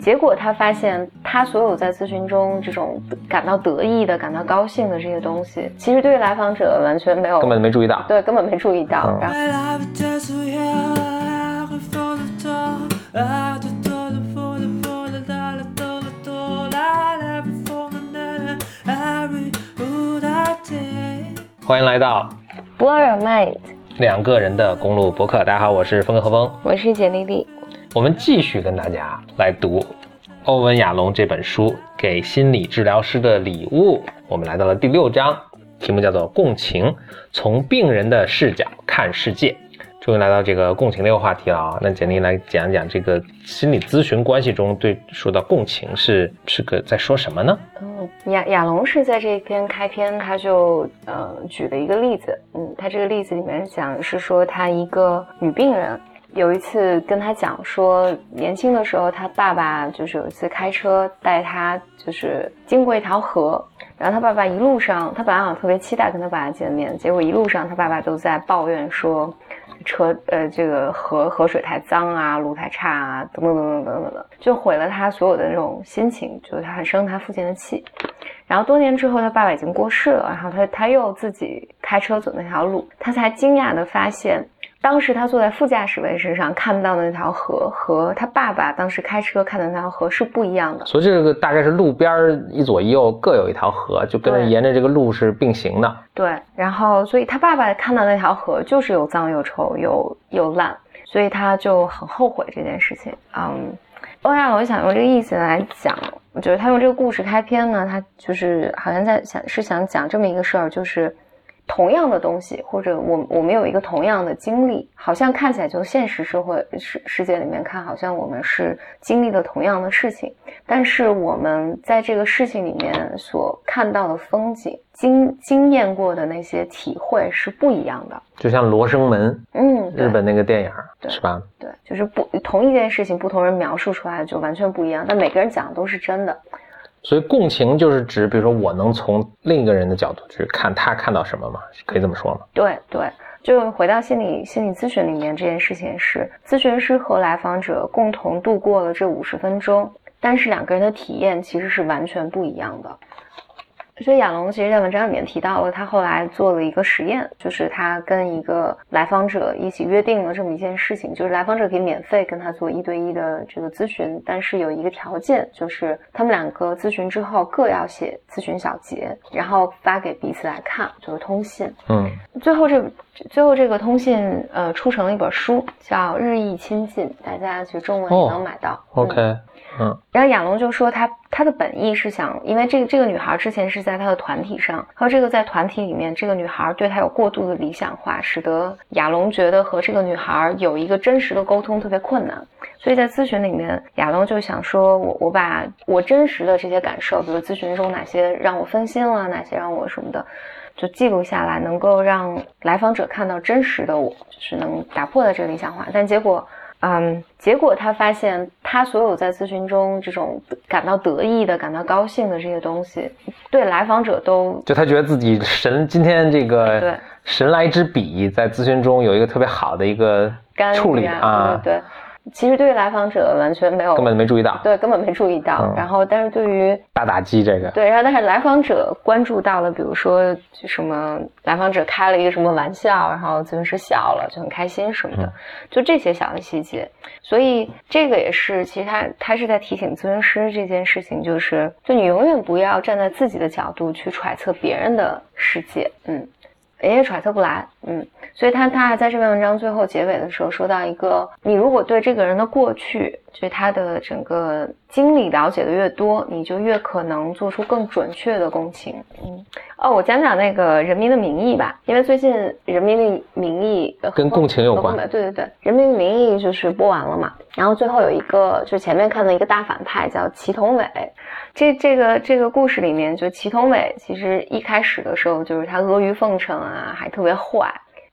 结果他发现他所有在咨询中这种感到得意的感到高兴的这些东西，其实对于来访者完全没有， 根本没注意到， 对，根本没注意到。然后欢迎来到 Blow Your Mind 两个人的公路博客。大家好，我是峰哥何峰， 我是简丽丽。 我们继续跟大家来读欧文亚龙这本书《给心理治疗师的礼物》。我们来到了第6章，题目叫做共情，从病人的视角看世界。终于来到这个共情这个话题了啊！那简历来讲讲这个心理咨询关系中对说到共情是个在说什么呢？ 亚龙是在这篇开篇他就举了一个例子，他这个例子里面讲是说他一个女病人有一次跟他讲说，年轻的时候他爸爸就是有一次开车带他就是经过一条河，然后他爸爸一路上，他本来好像特别期待跟他爸爸见面，结果一路上他爸爸都在抱怨说这个河水太脏啊，路太差啊，等等等等等等，就毁了他所有的那种心情，就是他很生他父亲的气。然后多年之后他爸爸已经过世了，然后他又自己开车走那条路，他才惊讶地发现当时他坐在副驾驶位置上看到的那条河和他爸爸当时开车看的那条河是不一样的。 所以这个大概是路边一左一右各有一条河，就跟着沿着这个路是并行的。 对，然后所以他爸爸看到那条河就是又脏又臭又烂，所以他就很后悔这件事情。欧亚龙想用这个意思来讲，我觉得他用这个故事开篇呢，他就是好像想讲这么一个事儿，就是同样的东西，或者我们有一个同样的经历，好像看起来就现实社会世界里面看，好像我们是经历了同样的事情，但是我们在这个事情里面所看到的风景，经验过的那些体会是不一样的。 就像罗生门，日本那个电影是吧？ 对，就是同一件事情，不同人描述出来的就完全不一样，但每个人讲的都是真的。 所以共情就是指，比如说我能从另一个人的角度去看他看到什么吗？可以这么说吗？ 对对，就回到心理咨询里面，这件事情是咨询师和来访者共同度过了这50分钟，但是两个人的体验其实是完全不一样的。所以亚龙其实在文章里面提到了他后来做了一个实验，就是他跟一个来访者一起约定了这么一件事情，就是来访者可以免费跟他做1对1的这个咨询，但是有一个条件，就是他们两个咨询之后各要写咨询小结，然后发给彼此来看，就是通信。最后这个通信出成了一本书，叫《日益亲近》，大家其实中文也能买到。 OK。 然后亚龙就说他的本意是想，因为这个女孩之前是在他的团体上，和这个在团体里面这个女孩对他有过度的理想化，使得亚龙觉得和这个女孩有一个真实的沟通特别困难，所以在咨询里面亚龙就想说我把我真实的这些感受，比如咨询中哪些让我分心了，哪些让我什么的就记录下来，能够让来访者看到真实的我，就是能打破了这个理想化。但结果他发现他所有在咨询中这种感到得意的感到高兴的这些东西，对来访者都就他觉得自己今天这个神来之笔在咨询中有一个特别好的一个处理啊， 对，其实对于来访者完全没有， 根本没注意到， 对，根本没注意到。然后但是对于大打击这个， 对，然后但是来访者关注到了，比如说就什么来访者开了一个什么玩笑，然后咨询师笑了就很开心什么的，就这些小的细节。所以这个也是其实他是在提醒咨询师这件事情，就你永远不要站在自己的角度去揣测别人的世界，也揣测不来，所以他还在这篇文章最后结尾的时候说到一个，你如果对这个人的过去，对他的整个经历了解的越多，你就越可能做出更准确的共情。我讲讲那个《人民的名义》吧，因为最近《人民的名义》 跟共情有关。 对，《人民的名义》就是播完了嘛，然后最后有一个就前面看的一个大反派叫祁同伟。这个故事里面，就祁同伟其实一开始的时候就是他阿谀奉承啊，还特别坏，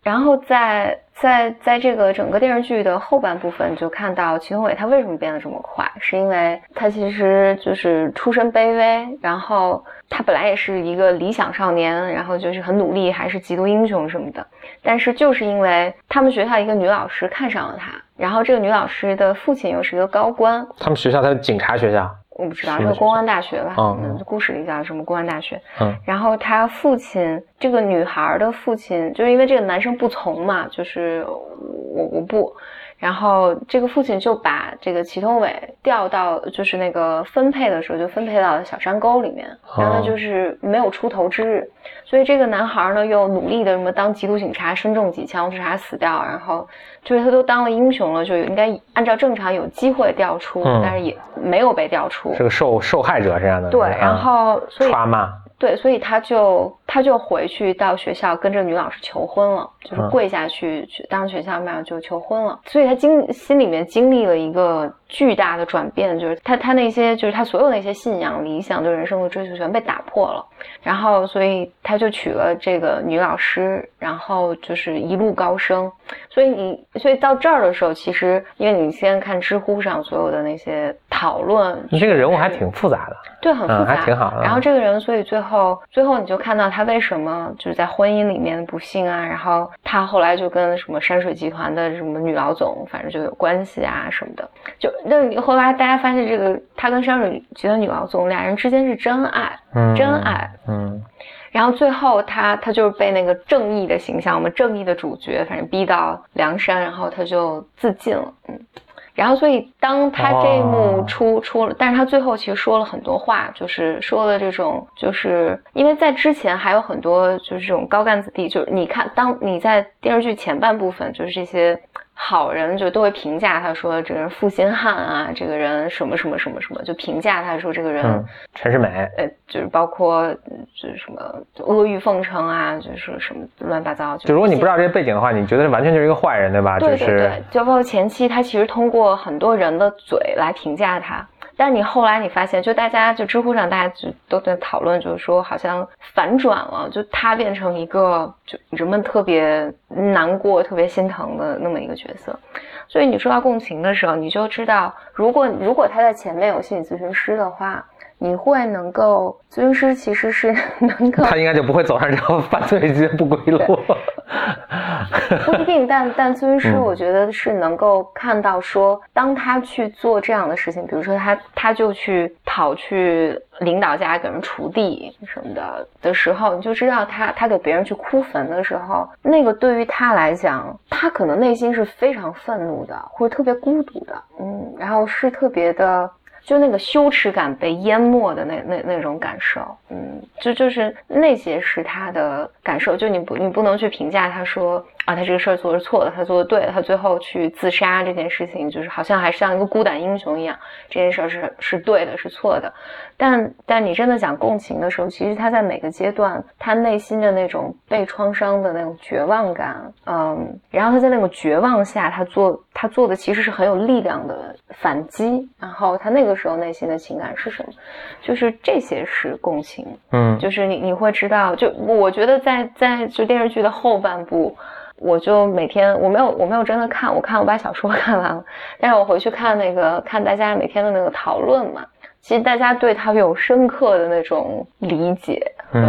然后在这个整个电视剧的后半部分，就看到祁同伟他为什么变得这么快，是因为他其实就是出身卑微，然后他本来也是一个理想少年，然后就是很努力，还是缉毒英雄什么的，但是就是因为他们学校一个女老师看上了他，然后这个女老师的父亲又是一个高官。 他们学校他是警察学校， 我不知道，这个公安大学吧，故事里叫什么公安大学。然后他父亲，这个女孩的父亲，就是因为这个男生不从嘛，就是我不，然后这个父亲就把这个祁同伟调到，就是那个分配的时候就分配到了小山沟里面，然后他就是没有出头之日，所以这个男孩呢又努力的什么当缉毒警察，身中几枪，至少死掉，然后就是他都当了英雄了，就应该按照正常有机会调出，但是也没有被调出， 是个受害者这样的。 对，然后所以刷骂。 对，所以他就回去到学校跟这个女老师求婚了，就是跪下去当学校面就求婚了。所以他心里面经历了一个巨大的转变，就是他那些就是他所有那些信仰理想对人生的追求全被打破了，然后所以他就娶了这个女老师，然后就是一路高升。所以到这儿的时候，其实因为你先看知乎上所有的那些讨论， 这个人物还挺复杂的。 对，很复杂， 还挺好的。 然后这个人，所以最后你就看到他为什么就是在婚姻里面不幸啊，然后他后来就跟什么山水集团的什么女老总，反正就有关系啊什么的。就那后来大家发现，这个他跟山水集团女老总俩人之间是真爱，真爱。然后最后他就是被那个正义的形象，我们正义的主角，反正逼到梁山，然后他就自尽了。然后所以当他这一幕出了，但是他最后其实说了很多话，就是说了这种，就是因为在之前还有很多就是这种高干子弟，就是你看当你在电视剧前半部分，就是这些好人就都会评价他说这个人负心汉啊，这个人什么什么什么什么，就评价他说这个人陈世美， 就是包括就是什么阿谀奉承啊，就是什么乱七八糟。 就如果你不知道这些背景的话，你觉得完全就是一个坏人，对吧？ 对对对，就包括前期他其实通过很多人的嘴来评价他。但你后来你发现，就大家就知乎上大家就都在讨论，就是说好像反转了，就他变成一个就人们特别难过、特别心疼的那么一个角色。所以你说到共情的时候，你就知道，如果他在前面有心理咨询师的话，你会能够，咨询师其实是能够， 他应该就不会走上这条犯罪不归路。 不一定，但咨询师我觉得是能够看到说，当他去做这样的事情，比如说他就去跑去领导家给人锄地什么的时候，你就知道他给别人去哭坟的时候，那个对于他来讲，他可能内心是非常愤怒的，或者特别孤独的，然后是特别的。就那个羞耻感被淹没的那种感受，就是那些是他的感受。就你不能去评价他说啊，他这个事儿做的是错的，他做的对的，他最后去自杀这件事情，就是好像还像一个孤胆英雄一样，这件事儿是对的，是错的。但你真的讲共情的时候，其实他在每个阶段，他内心的那种被创伤的那种绝望感，然后他在那个绝望下，他做的其实是很有力量的反击，然后他那个时候内心的情感是什么，就是这些是共情，就是你会知道，就我觉得在就电视剧的后半部。我就每天我没有真的看，我把小说看完了，但是我回去看看大家每天的那个讨论嘛，其实大家对他有深刻的那种理解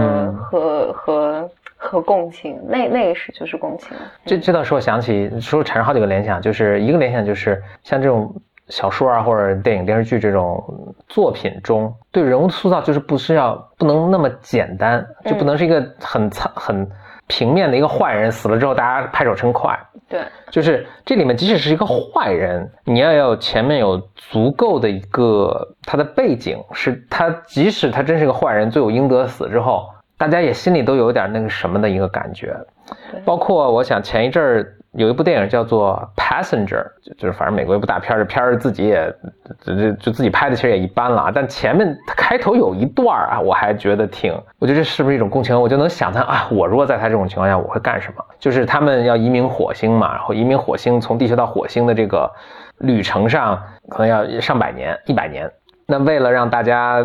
和共情，那个是就是共情。 这倒使我想起说产生好几个联想，就是一个联想就是像这种小说啊或者电影电视剧这种作品中对人物塑造就是不能那么简单，就不能是一个很平面的一个坏人死了之后大家拍手称快。 对， 就是这里面即使是一个坏人，你要有前面有足够的一个他的背景，是他即使他真是个坏人罪有应得死之后，大家也心里都有点那个什么的一个感觉。包括我想前一阵儿有一部电影叫做 Passenger， 就是反正美国一部大片，这片儿自己也就自己拍的其实也一般了，但前面开头有一段啊，我还觉得我觉得这是不是一种共情？我就能想他啊，我如果在他这种情况下我会干什么？就是他们要移民火星嘛，然后移民火星从地球到火星的这个旅程上可能要上百年100年，那为了让大家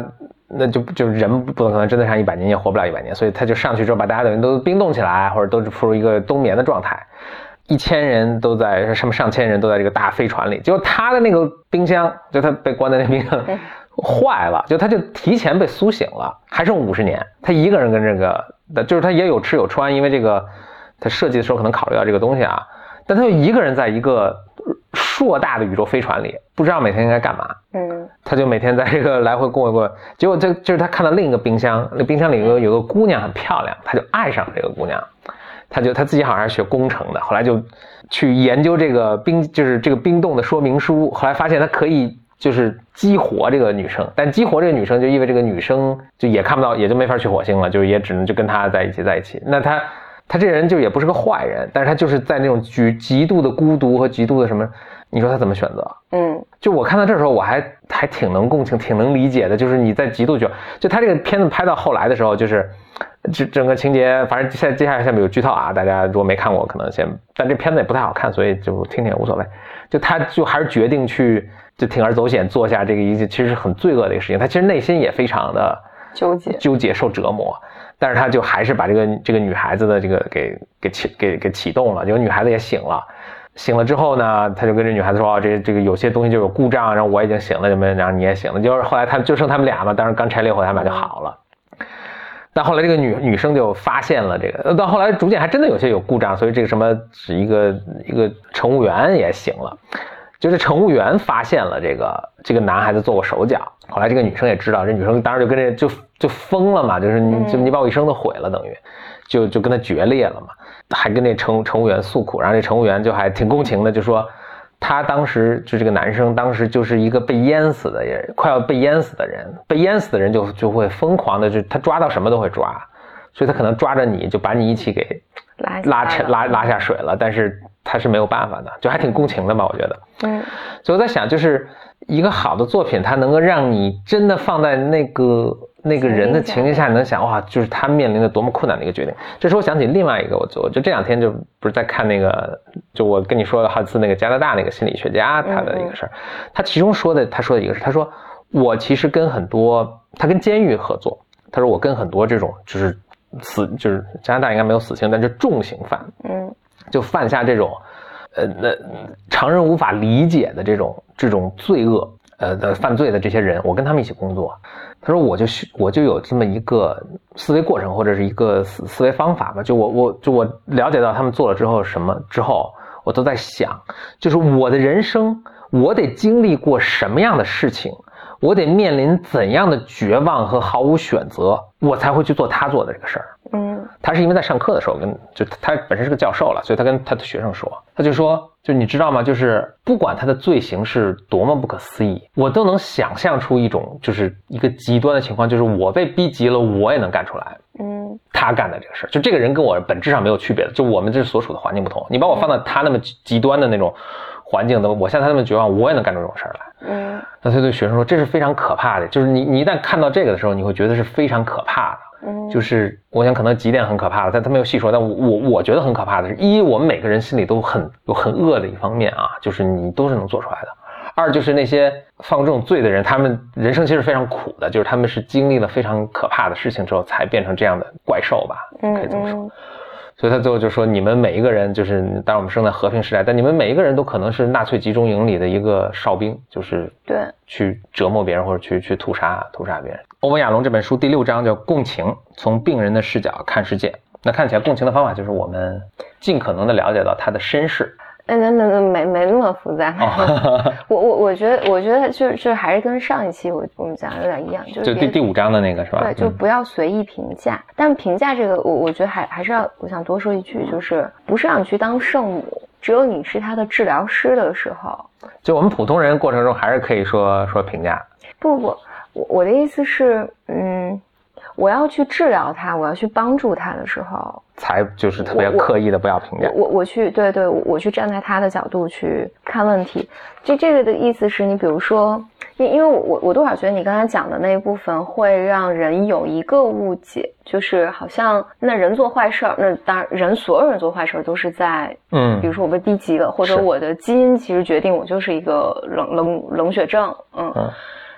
那就人不可能真的上100年，也活不了100年，所以他就上去之后把大家等于都冰冻起来，或者都是处于一个冬眠的状态。1000人都在上千人都在这个大飞船里，结果他的那个冰箱，就他被关在那冰箱坏了，就他就提前被苏醒了，还剩50年，他一个人跟这个，就是他也有吃有穿，因为这个他设计的时候可能考虑到这个东西啊，但他就一个人在一个硕大的宇宙飞船里，不知道每天应该干嘛。他就每天在这个来回过一过，结果就是他看到另一个冰箱，那冰箱里有个姑娘很漂亮，他就爱上这个姑娘。他自己好像是学工程的，后来就去研究这个就是这个冰冻的说明书，后来发现他可以就是激活这个女生，但激活这个女生就意味着这个女生就也看不到，也就没法去火星了，就也只能就跟他在一起。那他这人就也不是个坏人，但是他就是在那种极度的孤独和极度的什么，你说他怎么选择？就我看到这时候我还挺能共情，挺能理解的，就是你在极度就他这个片子拍到后来的时候，就是整个情节，反正接下来下面有剧透啊，大家如果没看过可能但这片子也不太好看，所以就听听也无所谓。就他就还是决定去就铤而走险做下这个其实是很罪恶的一个事情，他其实内心也非常的纠结受折磨，但是他就还是把这个女孩子的这个给启动了，结果女孩子也醒了之后呢，他就跟这女孩子说，这个有些东西就有故障，然后我已经醒了，然后你也醒了，就是后来就剩他们俩嘛，当然刚拆裂后他们俩就好了。但后来这个女生就发现了这个，到后来逐渐还真的有些有故障，所以这个什么是一个乘务员也醒了，就是乘务员发现了这个男孩子做过手脚，后来这个女生也知道，这女生当时就跟这就疯了嘛，就是你把我一生都毁了，等于就跟他决裂了嘛，还跟这乘务员诉苦，然后这乘务员就还挺共情的，就说他当时就这个男生当时就是一个被淹死的人，快要被淹死的人，被淹死的人就会疯狂的，就他抓到什么都会抓，所以他可能抓着你就把你一起给拉下水了，但是他是没有办法的，就还挺共情的吧，我觉得。所以我在想，就是一个好的作品，它能够让你真的放在那个人的情境下，你能想哇，就是他面临的多么困难的一个决定。这时候我想起另外一个，我就这2天就不是在看那个，就我跟你说了好几次那个加拿大那个心理学家他的一个事儿，他其中说的一个是，他说我其实跟很多，他跟监狱合作，他说我跟很多这种就是加拿大应该没有死刑，但是重刑犯，就犯下这种常人无法理解的这种罪恶的犯罪的这些人，我跟他们一起工作。他说我就有这么一个思维过程，或者是一个思维方法吧，就我了解到他们做了之后我都在想，就是我的人生我得经历过什么样的事情，我得面临怎样的绝望和毫无选择，我才会去做他做的这个事儿。他是因为在上课的时候就他本身是个教授了，所以他跟他的学生说，他就说，就你知道吗，就是不管他的罪行是多么不可思议，我都能想象出一种就是一个极端的情况，就是我被逼急了我也能干出来。他干的这个事儿，就这个人跟我本质上没有区别的，就我们这所处的环境不同，你把我放到他那么极端的那种环境的，我像他那么绝望，我也能干出这种事儿来。那他对学生说，这是非常可怕的，就是你一旦看到这个的时候，你会觉得是非常可怕的。就是我想可能几点很可怕的，但他没有细说，但我觉得很可怕的是，一，我们每个人心里都有很恶的一方面啊，就是你都是能做出来的。二，就是那些犯过这种罪的人，他们人生其实非常苦的，就是他们是经历了非常可怕的事情之后才变成这样的怪兽吧，可以这么说。所以他最后就说，你们每一个人，就是当然我们生在和平时代，但你们每一个人都可能是纳粹集中营里的一个哨兵，就是对去折磨别人或者去屠杀别人。欧文亚龙这本书第6章叫共情，从病人的视角看世界。那看起来共情的方法就是我们尽可能的了解到他的身世。 没那么复杂。我觉得就还是跟上一期我们讲的有点一样， 就第5章的那个是吧？ 对，就不要随意评价。但评价这个，我觉得还是要，我想多说一句，就是不是让你去当圣母，只有你是他的治疗师的时候， 就我们普通人过程中还是可以说评价。 不，我的意思是，我要去治疗他，我要去帮助他的时候， 才就是特别刻意的不要评价。 我去对，我去站在他的角度去看问题。这个的意思是你比如说，因为我多少觉得你刚才讲的那一部分会让人有一个误解，就是好像那人做坏事儿，那当然所有人做坏事儿都是在比如说我被逼急了，或者我的基因其实决定我就是一个冷血症，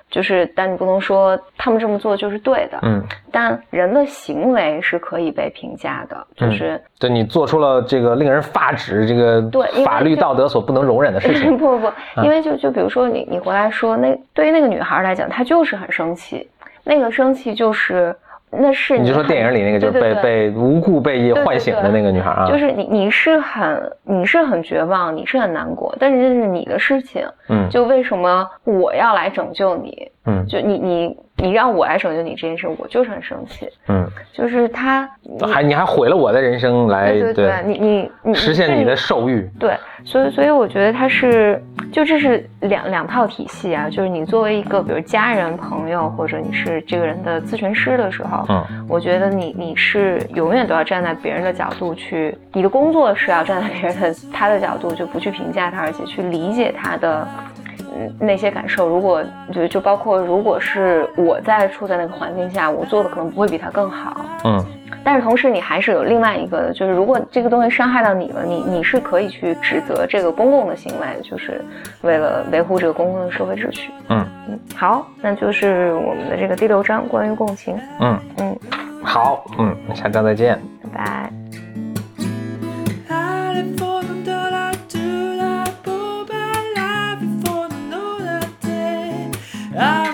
但你不能说他们这么做就是对的，但人的行为是可以被评价的， 对你做出了这个令人发指、这个法律道德所不能容忍的事情。 不，因为就比如说你回来说，对于那个女孩来讲，她就是很生气，那个生气就是那是你就说电影里那个就是被无故被唤醒的那个女孩啊， 就是你是很绝望，你是很难过，但是这是你的事情，就为什么我要来拯救你？就你让我来拯救你这件事，我就是很生气。就是你还毁了我的人生来对你实现你的兽欲。 对，所以我觉得这是两套体系啊。就是你作为一个比如家人、朋友，或者你是这个人的咨询师的时候，我觉得你是永远都要站在别人的角度去，你的工作是要站在别人他的角度，就不去评价他，而且去理解他的。那些感受，如果就包括如果是我处在那个环境下，我做的可能不会比他更好，但是同时你还是有另外一个的，就是如果这个东西伤害到你了，你是可以去指责这个公共的行为，就是为了维护这个公共的社会秩序。好，那就是我们的这个第6章关于共情。 好，下章再见， 拜拜。 I